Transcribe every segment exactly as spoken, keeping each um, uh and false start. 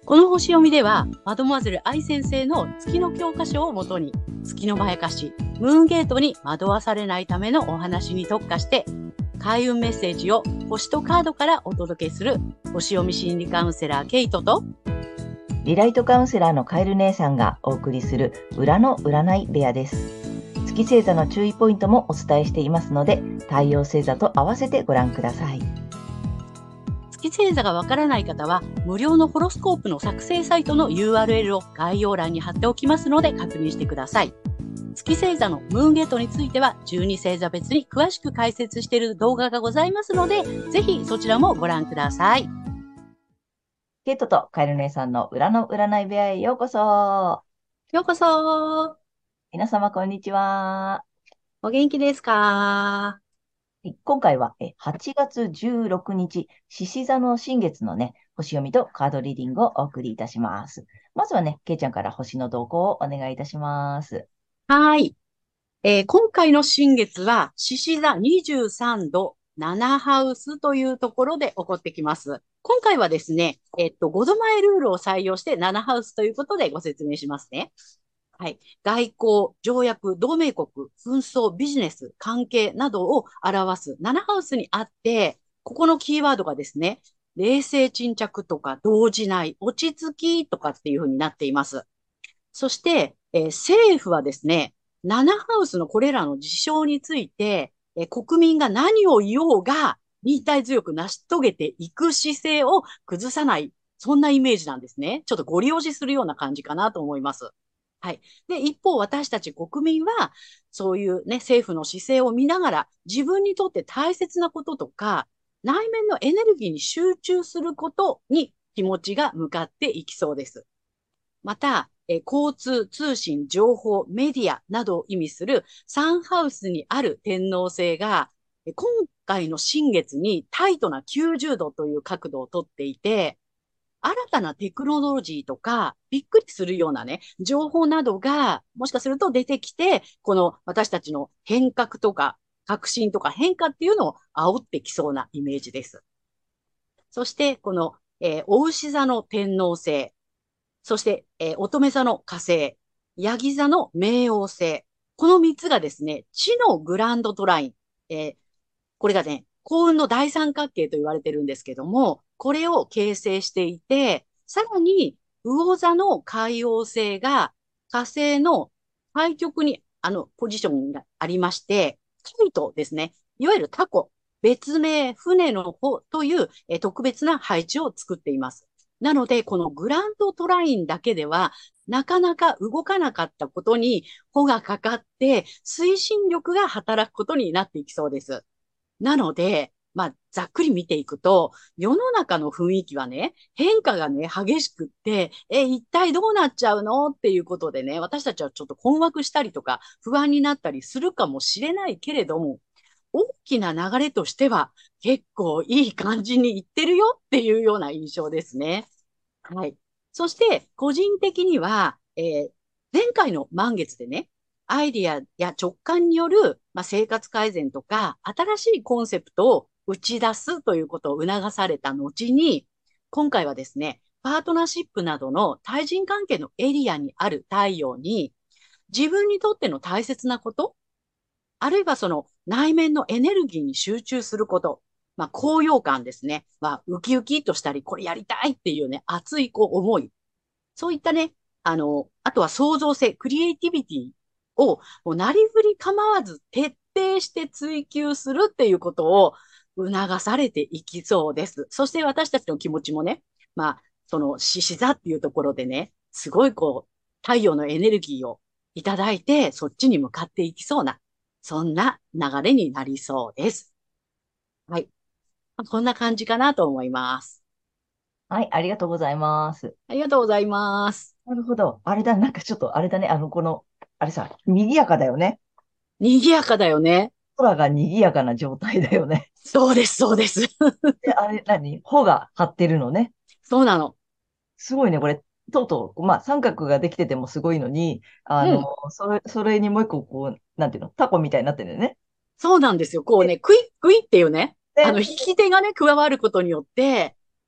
この星読みでは、マドモアゼル愛先生の月の教科書をもとに、月のまやかし、ムーンゲートに惑わされないためのお話に特化して、開運メッセージを星とカードからお届けする星読み心理カウンセラーケイトと、 リライトカウンセラーのカエル姉さんがお送りする裏の占い部屋です。月星座の注意ポイントもお伝えしていますので、太陽星座と合わせてご覧ください。 月星座がわからない方は、無料のホロスコープの作成サイトの ユーアールエル を概要欄に貼っておきますので確認してください。月星座のムーンゲートについては、じゅうに星座別に詳しく解説している動画がございますので、ぜひそちらもご覧ください。 ケイトとカエル姉さんの裏の占い部屋へようこそ。 ようこそ。 皆様こんにちは。 お元気ですか？ 今回ははちがつじゅうろくにち、獅子座の新月のね、星読みとカードリーディングをお送りいたします。まずはね、ケイちゃんから星の動向をお願いいたします。 はい。えー今回の新月は、獅子座にじゅうさんど、ななハウスというところで起こってきます。今回はですね、えっと、ごどまえルールを採用してななハウスということでご説明しますね。はい。外交、条約、同盟国、紛争、ビジネス、関係などを表すななハウスにあって、ここのキーワードがですね、冷静沈着とか動じない、落ち着きとかっていうふうになっています。そして、えー政府はですね、ななハウスのこれらの事象について、えー国民が何を言おうが、忍耐強く成し遂げていく姿勢を崩さない、そんなイメージなんですね。ちょっとご利用しするような感じかなと思います。はい。で、一方、私たち国民は、そういうね、政府の姿勢を見ながら、自分にとって大切なこととか、内面のエネルギーに集中することに気持ちが向かっていきそうです。また、えー交通、通信、情報、メディアなどを意味するサンハウスにある天王星が、えー今回の新月にタイトなきゅうじゅうどという角度をとっていて、新たなテクノロジーとか、びっくりするようなね、情報などが、もしかすると出てきて、この私たちの変革とか、革新とか変化っていうのを煽ってきそうなイメージです。そして、この、えー、お牛座の天王星、そして、えー乙女座の火星、ヤギ座の冥王星。この三つがですね、地のグランドトライン。えーこれがね、幸運の大三角形と言われてるんですけども、これを形成していて、さらに、魚座の海王星が火星の対極に、あの、ポジションがありまして、タイトですね。いわゆるタコ、別名、船の方という、えー特別な配置を作っています。なので、このグランドトラインだけでは、なかなか動かなかったことに、帆がかかって、推進力が働くことになっていきそうです。なので、まあ、ざっくり見ていくと、世の中の雰囲気はね、変化がね、激しくって、え、一体どうなっちゃうのっていうことでね、私たちはちょっと困惑したりとか、不安になったりするかもしれないけれども、大きな流れとしては、結構いい感じにいってるよっていうような印象ですね。はい。そして、個人的には、えー前回の満月でね、アイディアや直感による、まあ、生活改善とか、新しいコンセプトを打ち出すということを促された後に、今回はですね、パートナーシップなどの対人関係のエリアにある太陽に、自分にとっての大切なこと、あるいはその内面のエネルギーに集中すること、まあ、高揚感ですね。まあ、ウキウキとしたり、これやりたいっていうね、熱いこう思い。そういったね、あの、あとは創造性、クリエイティビティを、もうなりふり構わず徹底して追求するっていうことを促されていきそうです。そして私たちの気持ちもね、まあ、その獅子座っていうところでね、すごいこう、太陽のエネルギーをいただいて、そっちに向かっていきそうな、そんな流れになりそうです。はい。こんな感じかなと思います。 はい、ありがとうございます。 ありがとうございます。 なるほど。あれだ、なんかちょっとあれだね、あの、この、あれさ、賑やかだよね。 賑やかだよね。 空が賑やかな状態だよね。 そうです、そうです。 で、あれ、何帆が張ってるのね。 そうなの。 すごいね、これ。とうとう、まあ、三角ができててもすごいのに、あの、 うん。 それ、それにもう一個、こう、なんていうの、タコみたいになってるんだよね。 そうなんですよ。こうで、 ね、クイックイっていうね、あの、 で、 引き手がね、加わることによって、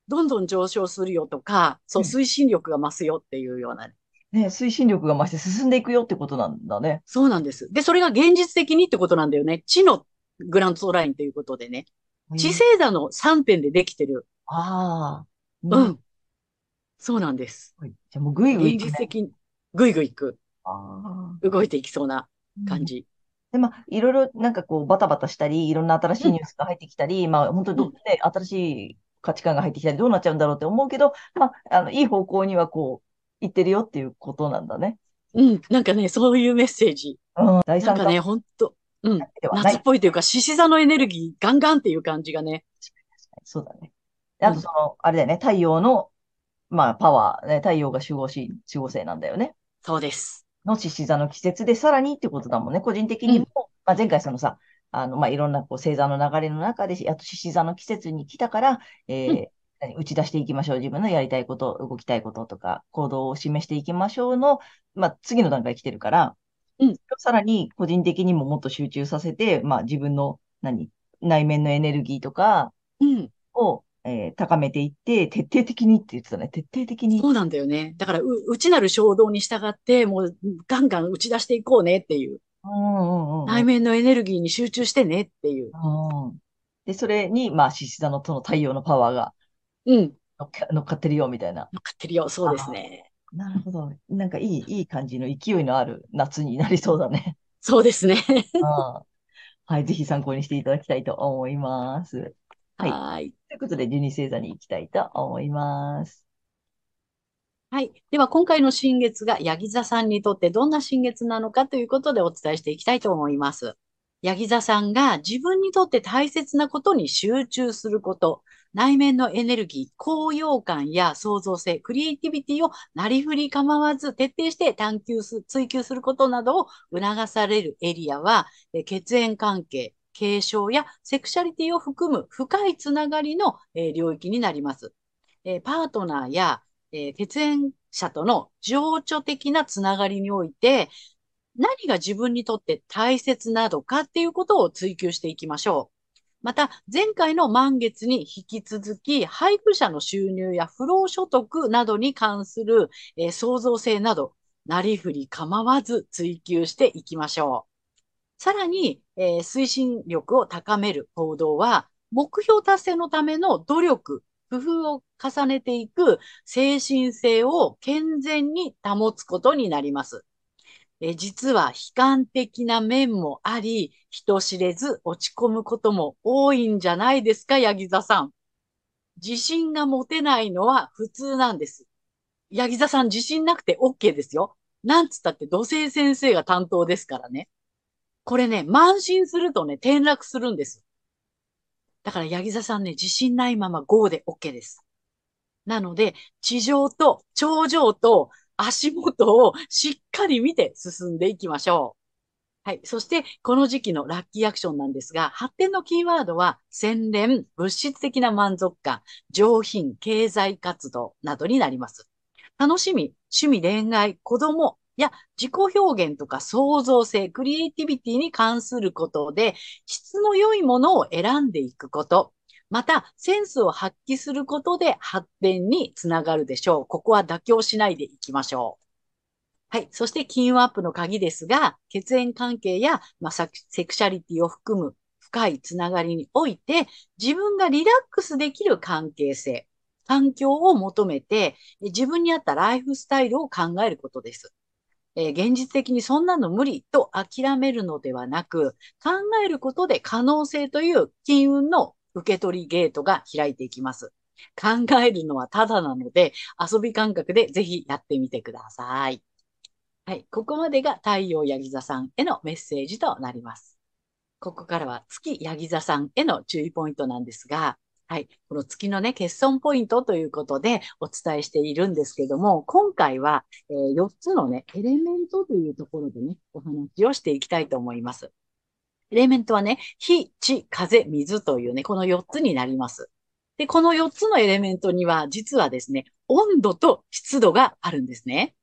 どんどん上昇するよとか、そう、 うん。 推進力が増すよっていうようなね。 ね、推進力が増して進んでいくよってことなんだね。 そうなんです。で、それが現実的にってことなんだよね。地のグラントラインということでね。地へえ。 星座のさんてんでできてる。 ああ、なるうん。そうなんです。 ほど。じゃあもうぐいぐい現行くね。 実的にぐいぐいいく。 ああ。 動いていきそうなうん。 感じ。 で、まあ、いろいろなんかこう、バタバタしたり、いろんな新しうん、 いニュースが入ってきたり、まあ、本当にど、 うん、 ね、新しい価値観が入ってきたり、どうなっちゃうんだろうって思うけど、まあ、あの、いい方向にはこう、行ってるよっていうことなんだね。 うん。なんかね、そういうメッセージ。 うん、第三関なんかね、ほんと、うん。 係ではない。 夏っぽいというか、獅子座のエネルギーガンガンっていう感じがね。 そうだね。であと、 うん。 その、あれだよね、太陽の、まあ、パワー、ね、太陽が守護し、守護星なんだよね。 そうです。 の獅子座の季節で、さらにってことだもんね。個人的うん、 にも、まあ、前回そのさ、あの、まあ、いろんなこう星座の流れの中で、あと獅子座の季節に来たから、 うん、 えー何打ち出していきましょう。自分のやりたいこと、動きたいこととか、行動を示していきましょうの、まあ、次の段階来てるから、 うん、 さらに個人的にももっと集中させて、まあ、自分の何、内面のエネルギーとかうん。 を、えー高めていって、徹底的にって言ってたね。徹底的に。 そうなんだよね。だから、う、内なる衝動に従って、もう、ガンガン打ち出していこうねっていう。 うんうんうんうん。 内面のエネルギーに集中してねっていう。 うん。で、それに、まあ、獅子座のその太陽のパワーがうん。 乗っか、乗っかってるよ、みたいな。 乗っかってるよ。そうですああ、 ね。 なるほど。なんかいい、いい感じの勢いのある夏になりそうだね。 そうですね。 うん。はい、ぜひ参考にしていただきたいと思います。はい。 はい。 ということで、じゅうに星座に行きたいと思います。 はい。では、今回の新月がヤギ座さんにとってどんな新月なのかということでお伝えしていきたいと思います。ヤギ座さんが自分にとって大切なことに集中すること、内面のエネルギー、高揚感や創造性、クリエイティビティをなりふり構わず徹底して探求す、追求することなどを促されるエリアは、え血縁関係、継承やセクシャリティを含む深いつながりの、えー領域になります。えーパートナーやえー血縁者との情緒的なつながりにおいて、何が自分にとって大切なのかっていうことを追求していきましょう。また、前回の満月に引き続き、配偶者の収入や不労所得などに関する、えー創造性など、なりふり構わず追求していきましょう。さらに、えー推進力を高める行動は、目標達成のための努力、工夫を重ねていく精神性を健全に保つことになります。えー実は悲観的な面もあり、人知れず落ち込むことも多いんじゃないですか、ヤギ座さん。自信が持てないのは普通なんです。ヤギ座さん自信なくて OK ですよ。なんつったって土星先生が担当ですからね。これね、慢心するとね、転落するんです。だから、ヤギ座さんね、自信ないまま ゴー で OK です。なので、地上と頂上と足元をしっかり見て進んでいきましょう。はい。そして、この時期のラッキーアクションなんですが、発展のキーワードは、洗練、物質的な満足感、上品、経済活動などになります。楽しみ、趣味、恋愛、子供や自己表現とか創造性、クリエイティビティに関することで、質の良いものを選んでいくこと。また、センスを発揮することで発展につながるでしょう。ここは妥協しないでいきましょう。はい。そして、金運アップの鍵ですが、血縁関係や、まあ、セクシャリティを含む深いつながりにおいて、自分がリラックスできる関係性、環境を求めて、自分に合ったライフスタイルを考えることです。えー現実的にそんなの無理と諦めるのではなく、考えることで可能性という金運の受け取りゲートが開いていきます。考えるのはただなので、遊び感覚でぜひやってみてください。はい。ここまでが太陽ヤギ座さんへのメッセージとなります。ここからは月ヤギ座さんへの注意ポイントなんですが、はい。この月のね、欠損ポイントということでお伝えしているんですけども、今回は、えー、よっつのね、エレメントというところでね、お話をしていきたいと思います。エレメントはね、火、地、風、水というね、このよっつになります。で、このよっつのエレメントには、実はですね、温度と湿度があるんですね。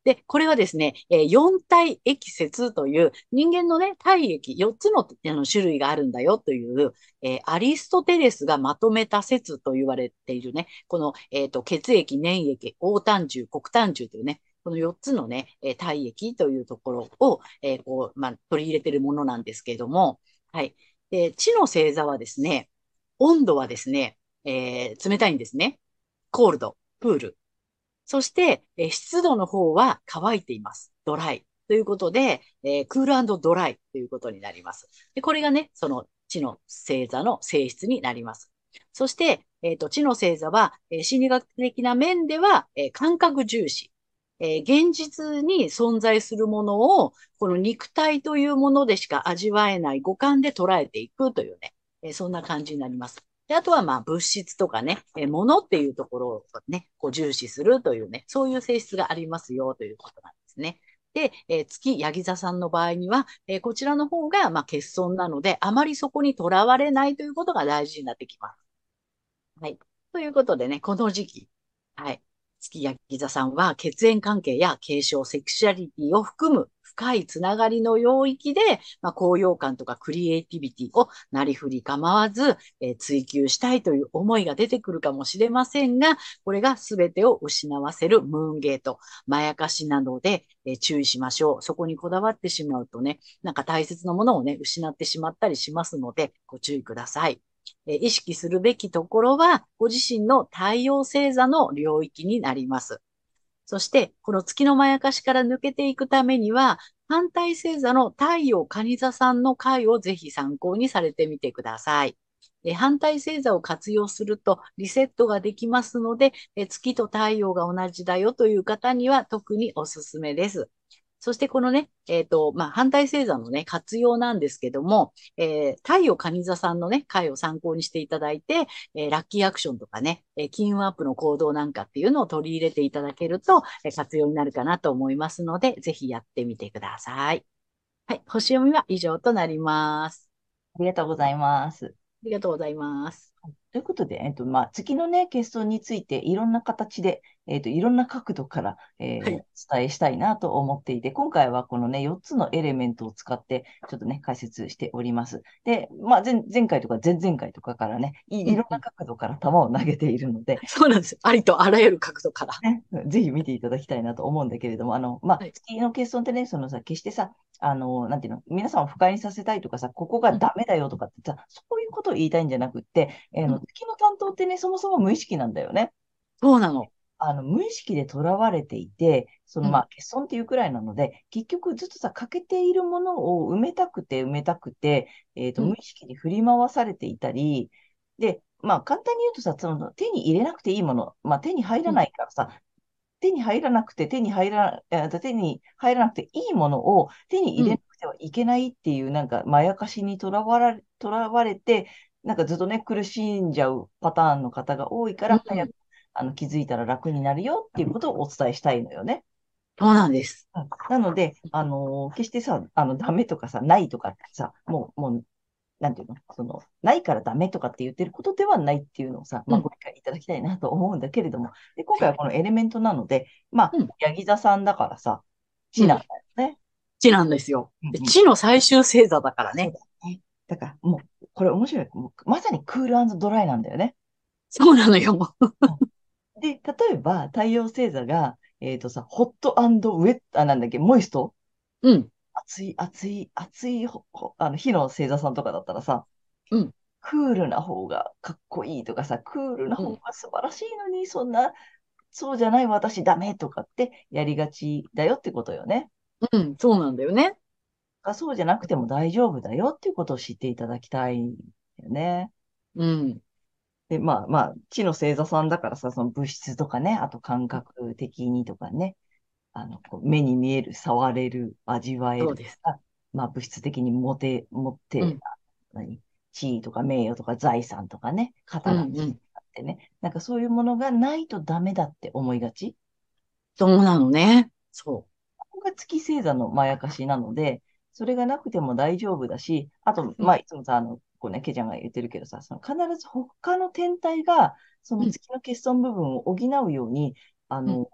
で、これはですね、えー、四体液説という人間のね、体液、よっつの、あの種類があるんだよという、えーアリストテレスがまとめた説と言われているね、この、えーと、血液、粘液、黄胆汁、黒胆汁というね、このよっつのね、えー体液というところを、えーこう、まあ、取り入れているものなんですけれども、はい。で、地の星座はですね、温度はですね、えー冷たいんですね。コールド、プール。そして、えー湿度の方は乾いています。ドライ。ということで、えークールドライということになります。で、これがね、その地の星座の性質になります。そして、えっと、地の星座は、えー心理学的な面では、えー感覚重視。えー現実に存在するものを、この肉体というものでしか味わえない五感で捉えていくというね、えーそんな感じになります。で、あとはまあ物質とかね、えー物っていうところをね、こう重視するというね、そういう性質がありますよということなんですね。で、えー月ヤギ座さんの場合には、えーこちらの方がまあ欠損なので、あまりそこにとらわれないということが大事になってきます。はい。ということでね、この時期、はい。月焼き座さんは血縁関係や継承、セクシュアリティを含む深いつながりの領域で、まあ、高揚感とかクリエイティビティをなりふり構わず、えー追求したいという思いが出てくるかもしれませんが、これが全てを失わせるムーンゲート、まやかしなので、えー注意しましょう。そこにこだわってしまうとね、なんか大切なものをね、失ってしまったりしますので、ご注意ください。え意識するべきところは、ご自身の太陽星座の領域になります。そして、この月のまやかしから抜けていくためには、反対星座の太陽蟹座さんの回をぜひ参考にされてみてください。え反対星座を活用するとリセットができますので、え月と太陽が同じだよという方には特におすすめです。そしてこのね、えっと、まあ、反対星座のね、活用なんですけども、えー、太陽蟹座さんのね、回を参考にしていただいて、えーラッキーアクションとかね、えー金運アップの行動なんかっていうのを取り入れていただけると、えー活用になるかなと思いますので、ぜひやってみてください。はい、星読みは以上となります。 ありがとうございます。 ありがとうございます。 ということで、えっと、まあ、月のね、欠損についていろんな形で、えっと、いろんな角度から、えーおはい。 伝えしたいなと思っていて、今回はこのね、よっつのエレメントを使って、ちょっとね、解説しております。で、まあ、前、前回とか前々回とかからね、い、いろんなうんうん。 角度から球を投げているので、 そうなんです。ありとあらゆる角度から。 ね、ぜひ見ていただきたいなと思うんだけれども、あの、まあ、 はい。 月の欠損ってね、そのさ、決してさ、あの、なんていうの、皆さんを不快にさせたいとかさ、ここがうん、 ダメだよとかってさ、そういうことを言いたいんじゃなくって、えーの、 うん。 月の担当ってね、そもそも無意識なんだよね。 そうなの。 あの、無意識で囚われていて、その、まあ、 うん、 欠損っていうくらいなので、結局ずっとさ、欠けているものを埋めたくて埋めたくて、えっと、無うん、 意識に振り回されていたり、で、まあ、簡単に言うとさ、その、手に入れなくていいもの、まあ、手に入らうん。 ないからさ、手に入らなくて、手に入ら、え手に入らなくていいものを手に入れなうん。 くてはいけないっていう、なんか、まやかしにとらわれ、とらわれて、なんかずっとね、苦しんじゃうパターンの方が多いかうら、早ん。 くあの気づいたら楽になるよっていうことをお伝えしたいのよね。 そうなんです。 うんなので、あのー決してさ、あの、ダメとかさ、ないとかってさ、もう、もう、なんていうの、その、ないからダメとかって言ってることではないっていうのをさ、まあ、 うん。 ご理解いただきたいなと思うんだけれども、で、今はい。 回はこのエレメントなので、まあ、 うん。 ヤギ座さんだからさ、 うん。 地なんだよね。 地なんですよ。で、 うんうん。 地の最終星座だからね。 そうだね。だから、もう、これ面白い。もうまさにクールドライなんだよね。 そうなのよ。 うんで、例えば、太陽星座が、えっとさ、ホットウェット、あ、なんだっけ、モイストうん。 暑い、暑い、暑いほ、ほあの、火の星座さんとかだったらさ、 うん。 クールな方がかっこいいとかさ、クールなうん。 方が素晴らしいのに、そんな、そうじゃない私ダメとかってやりがちだよってことよね。 うん。そうなんだよね。 あそうじゃなくても大丈夫だよっていうことを知っていただきたいよね。 うん。 で、まあまあ、知の星座さんだからさ、その物質とかね、あと感覚的にとかね、あの、こう目に見える、触れる、味わえる、 そうです。 あ、まあ物質的に持て、持って、 うん。 あ何地位とか名誉とか財産とかね、 うん。 肩がうん。 あってね、なんかそういうものがないとダメだって思いがち。 そうなのね。そここが月星座のまやかしなので、それがなくても大丈夫だし、あと、 う。うん。 まあ、いつもさ、あの、こうね、ケイちゃんが言ってるけどさ、その必ず他の天体が、そうん。 の月の欠損部分を補うように、あうん。 の、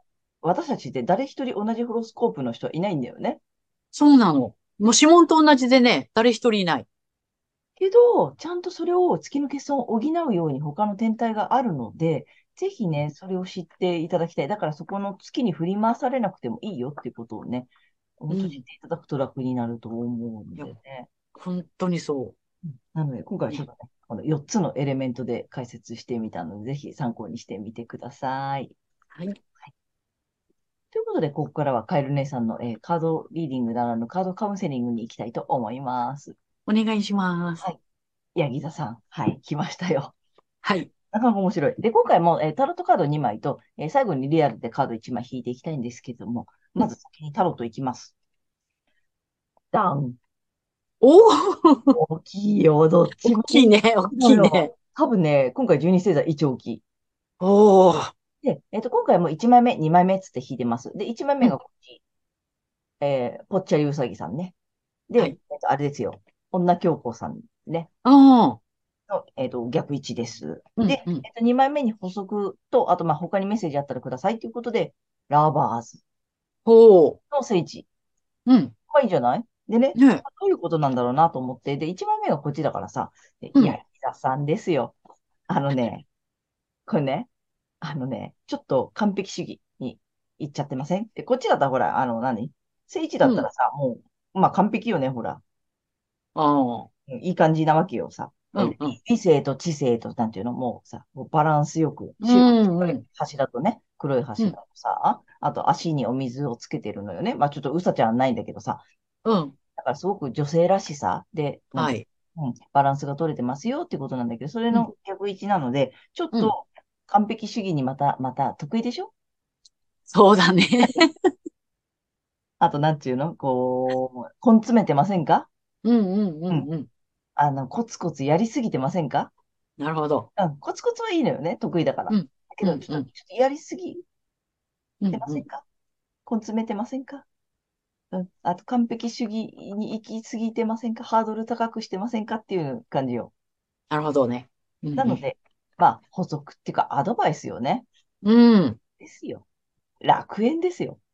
私たちって誰一人同じホロスコープの人いないんだよね。 そうなの。もう指紋と同じでね、誰一人いない。 けど、ちゃんとそれを月の欠損を補うように他の天体があるので、ぜひね、それを知っていただきたい。だからそこの月に振り回されなくてもいいよっていうことをね、本当知っうん。 ていただくと楽になると思うんいや、 でね。 本当にそうんなので、今回はう。ね。 ちょっとね、このよっつのエレメントで解説してみたので、ぜひ参考にしてみてください。 はい。 ということで、ここからはカエル姉さんの、えーカードリーディングならぬカードカウンセリングに行きたいと思います。 お願いします。 はい。ヤギ座さん。はい。来ましたよ。 はい。 なかなか面白い。で、今回も、えータロットカードにまいと、えー最後にリアルでカードいちまい引いていきたいんですけども、 うん。 まず先にタロットいきます。ダウン。 おお、 大きいよ。どっ大ちも大ききいね、大いのよ。 きいね。 多分ね、今回じゅうに星座一応大きい。 おお、 で、えっと、今回もいちまいめ、にまいめっつって引いてます。で、いちまいめうん。 がこっち、えーぽっちゃりうさぎさんね。で、 はい。 えっと、あれですよ。女教皇さんね。 ああ、 の、えっと、逆位置です。で、 うん、うん。 えっと、にまいめに補足と、あと、まあ、他にメッセージあったらくださいということで、ラバーズほの聖地。 う。うん。 まあいいんじゃないでね、 ね。 どういうことなんだろうなと思って、で、いちまいめがこっちだからさ、でいや、 うん。 木田さんですよ。あのね、これね、あのね、ちょっと完璧主義に行っちゃってませんで、こっちだったらほら、あの何、聖地だうん。 ったらさ、もう、まあ完璧よね、ほら。 ああ。 いい感じなわけよさ。えうん、うん。 理性と知性と、なんていうのもうさ、もうバランスよく、 う白ん、 いうん。 柱とね、黒いうん、 柱とさ、あと足にお水をつけてるのよね。まあちょっとうさちゃんはないんだけどさ、 うん。 だからすごく女性らしさで、なんて、 はい。 うん、バランスが取れてますよっていうことなんだけど、それうん、 の逆位置なので、ちょっうん。 と完璧主義にまた、また得意でしょそうだね。 あと、なんていうのこう、根詰めてませんかうん、うん、ううん。 ん、うん。 あの、コツコツやりすぎてませんかなるほど。 うん。コツコツはいいのよね。得意だから。 うん、 だけど、 うん、 ちょっと、 うん、 ちょっとやりすぎうん、うん。 てませんか根詰めてませんかうん。あと、完璧主義に行き過ぎてませんかハードル高くしてませんかっていう感じよ。 なるほどね。うん、うん。 なので、まあ、補足っていうか、アドバイスよね。 うん。 ですよ。楽園ですよ。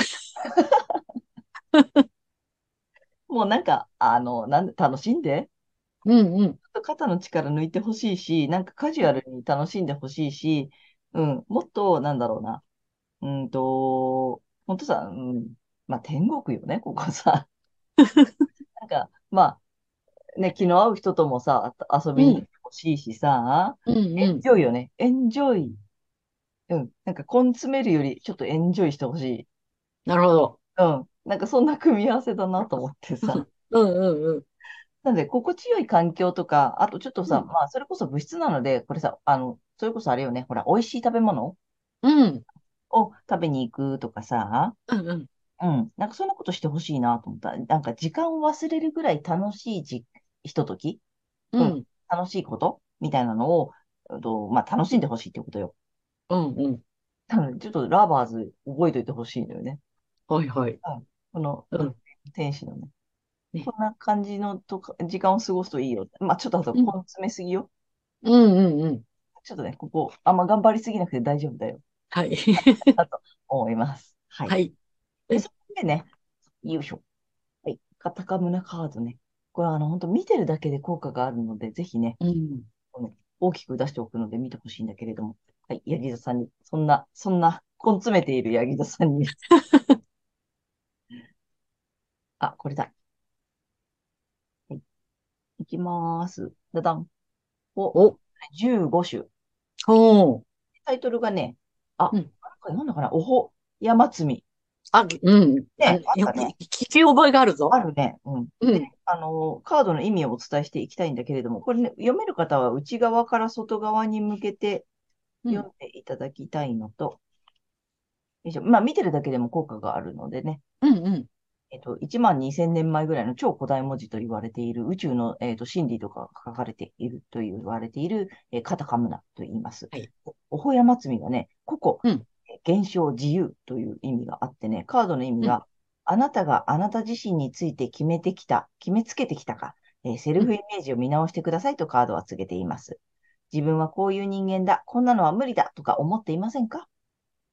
もうなんか、あの、なんで、楽しんで、 うん、うん。 肩の力抜いてほしいし、なんかカジュアルに楽しんでほしいし、うん、もっと、なんだろうな、うんと、本当さ、うん、まあ、天国よね、ここさ。なんか、まあ、ね、気の合う人ともさ、あ遊びに行っうん、 てほしいしさ、 うん、 エンうん。 ジョイよね。エンジョイ。うん。なんか、根詰めるより、ちょっとエンジョイしてほしい。 なるほど。 うん。なんか、そんな組み合わせだなと思ってさ。 うん、うん、うん。 なので、心地よい環境とか、あとちょっとさ、 うん、 まあ、それこそ物質なので、これさ、あの、それこそあれよね、ほら、美味しい食べ物うん、 を食べに行くとかさ、 うん、うん。 うん、なんかそんなことしてほしいなと思った。なんか時間を忘れるぐらい楽しいじ、ひととき、うん、 うん、 楽しいことみたいなのを、うんと、まあ、楽しんでほしいってことよ。 うん、うん。 なので、ちょっとラバーズ覚えておいてほしいのよね。 はい、はい。 うん。この、うん、 うん。 天使のね、 ね。 こんな感じのとか、時間を過ごすといいよ。まあ、ちょっとあと、 うん、 根詰めすぎよ。 うん、うん、うん。 ちょっとね、ここ、あんま頑張りすぎなくて大丈夫だよ。 はい。 だと思います。はい。 はい。 で、 え、 それでね、よいしょ。はい。カタカムナカードね。これはあの、本当見てるだけで効果があるので、ぜひね、 うん。 この大きく出しておくので見てほしいんだけれども。はい。ヤギ座さんに、そんな、そんな、根詰めているヤギ座さんに。あ、これだ。はい。いきまーす。ダダン。お、 お、 じゅうご種。 ほう。 タイトルがね、あ、 うん。 これなんだかな、おほ山積み。 あ、うん。あ、 ね、あっよく、 たね。 聞き覚えがあるぞ。 あるね。うん。で、 うん。 あの、カードの意味をお伝えしていきたいんだけれども、これね、読める方は内側から外側に向けてうん。 読んでいただきたいのと、よいしょまあ見てるだけでも効果があるのでね、 うん、うん。 えっと、いちまんにせんねんまえぐらいの超古代文字と言われている宇宙の、えっと、真理とかが書かれていると言われている、えーカタカムナと言います。 はい。 おほやまつみがね、個うん。 々、現象、自由という意味があってね、カードの意味うん。 が、あなたがあなた自身について決めてきた、決めつけてきたか、えーセルうん。 フイメージを見直してくださいとカードは告げています。自分はこういう人間だ、こんなのは無理だとか思っていませんか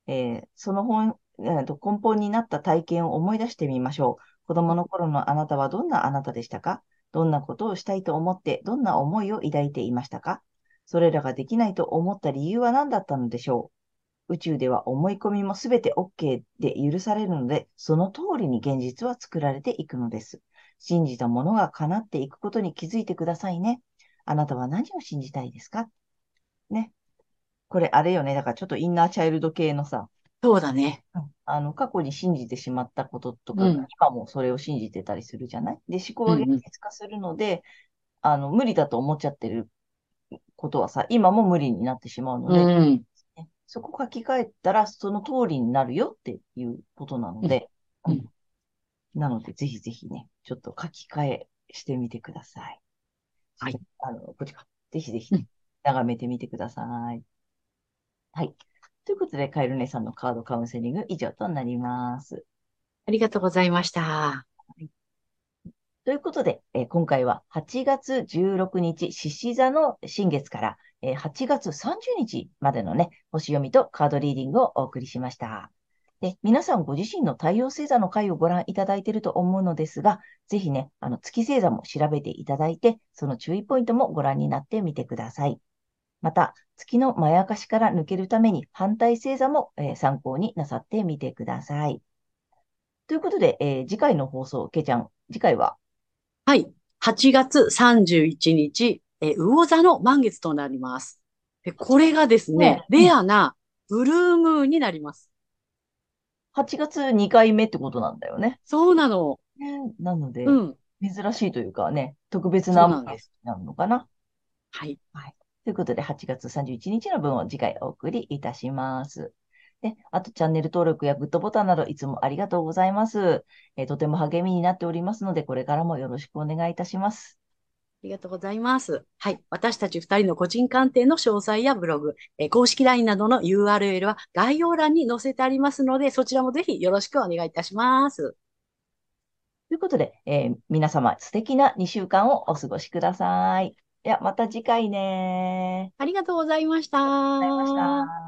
えーその本、えーと根本になった体験を思い出してみましょう。子供の頃のあなたはどんなあなたでしたか？どんなことをしたいと思って、どんな思いを抱いていましたか？それらができないと思った理由は何だったのでしょう？宇宙では思い込みもすべて OK で許されるので、その通りに現実は作られていくのです。信じたものが叶っていくことに気づいてくださいね。あなたは何を信じたいですか？ね。これあれよね。だからちょっとインナーチャイルド系のさ、 そうだね。 うんあの、過去に信じてしまったこととかが、 うん。 今もそれを信じてたりするじゃない。で、思考が現うんうん。 実化するので、あの、無理だと思っちゃってることはさ、今も無理になってしまうのうで、 ん。 ねそこ書き換えたら、その通りになるよっていうことなのうん。 で、うん。 うん。 なので、ぜひぜひね、ちょっと書き換えしてみてください。ちはい。 ょっと、あの、こっちか。ぜひぜひね、 うん。 眺めてみてください。はい。ということで、カエル姉さんのカードカウンセリング以上となります。 ありがとうございました。 はいということで、えー今回ははちがつじゅうろくにち、獅子座の新月から、えーはちがつさんじゅうにちまでのね、星読みとカードリーディングをお送りしました。で、皆さんご自身の太陽星座の回をご覧いただいていると思うのですが、ぜひね、あの月星座も調べていただいて、その注意ポイントもご覧になってみてください。また、月のまやかしから抜けるために反対星座も、えー参考になさってみてください。ということで、えー次回の放送、けいちゃん、次回ははい。はちがつさんじゅういちにち、えー、魚座の満月となります。で、これがですね、 ね、 うん、 レアなブルームーンになります。 はちがつにかいめってことなんだよね。 そうなの。 ねなので、 うん。 珍しいというかね、特別な満そうなんです。 月になるのかな。 はい。 はい。ということで、はちがつさんじゅういちにちの分を次回お送りいたします。で、あとチャンネル登録やグッドボタンなどいつもありがとうございます。えーとても励みになっておりますので、これからもよろしくお願いいたします。 ありがとうございます。はい。私たち二人の個人鑑定の詳細やブログ、えー公式 ライン などの ユーアールエル は概要欄に載せてありますので、そちらもぜひよろしくお願いいたします。 ということで、えー皆様素敵なにしゅうかんをお過ごしください。では、また次回ね。 ありがとうございましありがとうございました。 た。